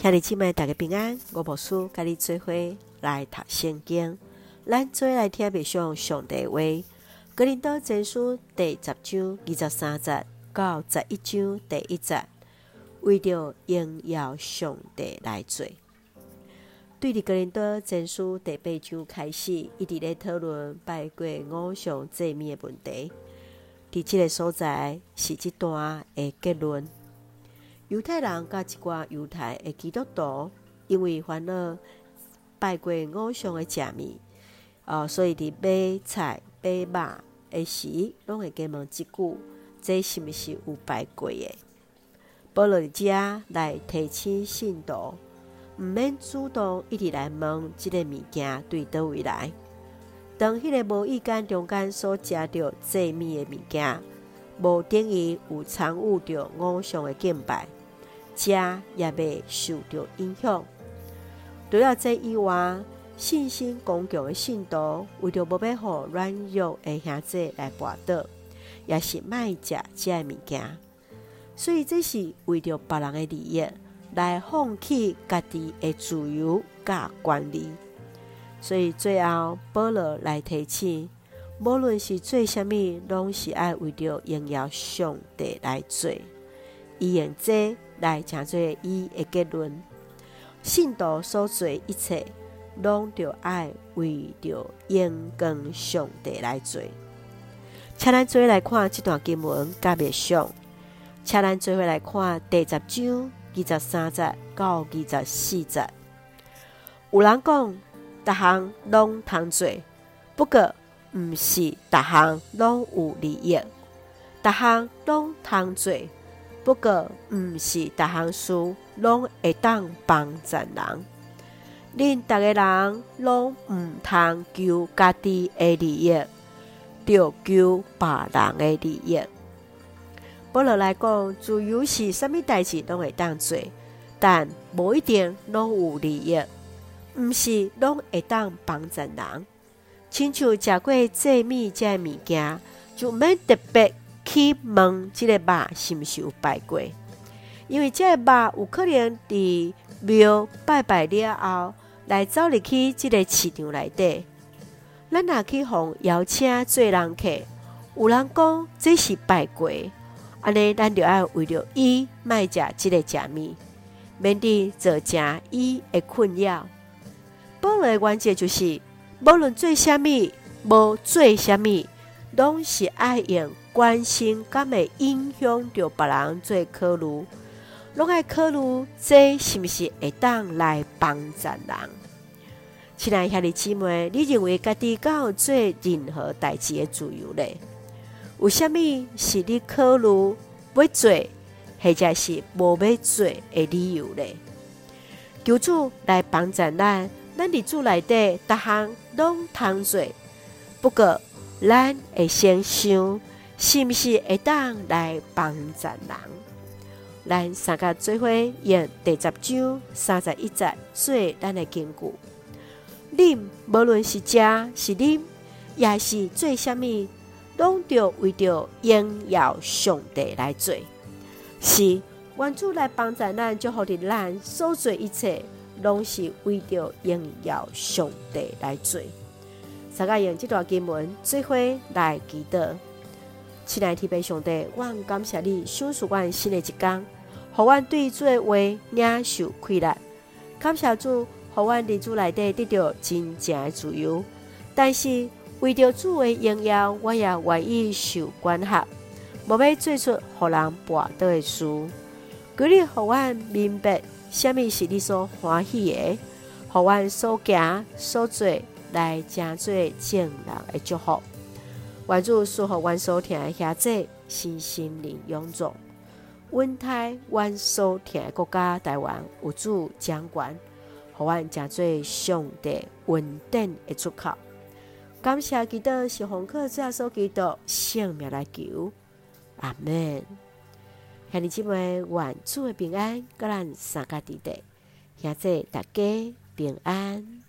兄弟姊妹大家平安，我牧师甲你做伙来读圣经，咱做来听默想上帝话。哥林多前书第10章23节到11章第1节，为着荣耀上帝来做。对伫哥林多前书第8章开始，一直咧讨论拜过偶像祭物的问题。伫这个所在是这段的结论。犹太人甲一寡犹太的基督徒，因为烦恼拜过偶像的食物，所以伫买菜买肉的时，拢会加问一句：这是毋是有拜过的？保罗伫遮来提醒信徒，毋免主动一直来问即个物件对倒位来。当迄个无意间中间所食到祭物的物件，无等于有参与着偶像的敬拜，食也袂受到影响。除了这以外，信心刚强的信徒，为着无要互软弱的兄弟来绊倒，也是莫食这物件。所以这是为着别人的利益，来放弃家己的自由甲权利。所以最后，保罗来提醒，无论是做啥物，拢是爱为着荣耀上帝来做。伊用这来成做伊的结论：信徒所做一切，拢着爱为着荣光上帝来做。请咱做来看这段经文甲默想，请咱做来看第10章23节到24节。有人讲，逐项拢通做，不过毋是逐项拢有利益；逐项拢通做，不过毋是逐项事拢会当帮助人。恁逐个人拢毋通求家己的利益，着求别人的利益。保罗来讲，自由是啥物代志拢会当做，但无一定拢有利益，毋是拢会当帮助人。亲像食过祭物这物件，就免特别去问这个肉是毋是有拜过，因为这个肉有可能伫庙拜了后，来走入去这个市场内底。咱若去互邀请做人客，有人讲这是拜过，安尼咱就要为着伊莫食这个食物，免得造成伊的困扰。保罗的原则就是，无论做啥物，无做啥物，拢是爱用关心敢会影响到别人做考虑，拢爱考虑这是毋是会当来帮助人。亲爱兄弟姊妹，你认为家己敢有做任何代志的自由呢？有啥物是你考虑要做，或者是无要做的理由呢？求主来帮助咱伫主内底，逐项拢通做，不过咱会先想，是毋是会当来帮助人？咱三个做伙用第10章31节做咱的根据。恁无论是食是啉，也是做啥物，拢着为着荣耀上帝来做。是愿主来帮助咱，就互伫咱所做一切，拢是为着荣耀上帝来做。三个用这段经文做伙来祈祷。亲爱的天父上帝，阮感谢你赏赐阮新的一天，互阮对主的话领受快乐。感谢主，互阮伫主内底得到真正的自由。但是为着主的荣耀，我也愿意受管辖，无要做出互人绊倒的事。求你互阮明白，啥物是你所欢喜的，互阮所行所做来成做正人的祝福。愿主赐互阮所听的兄弟身心灵永驻，稳泰阮所听的国家台湾有主掌权，互阮成做上帝稳定的出口。感谢祈祷是奉靠主耶稣基督圣名来求，阿门。兄弟姊妹，愿主的平安，甲咱三家弟弟，兄弟大家平安。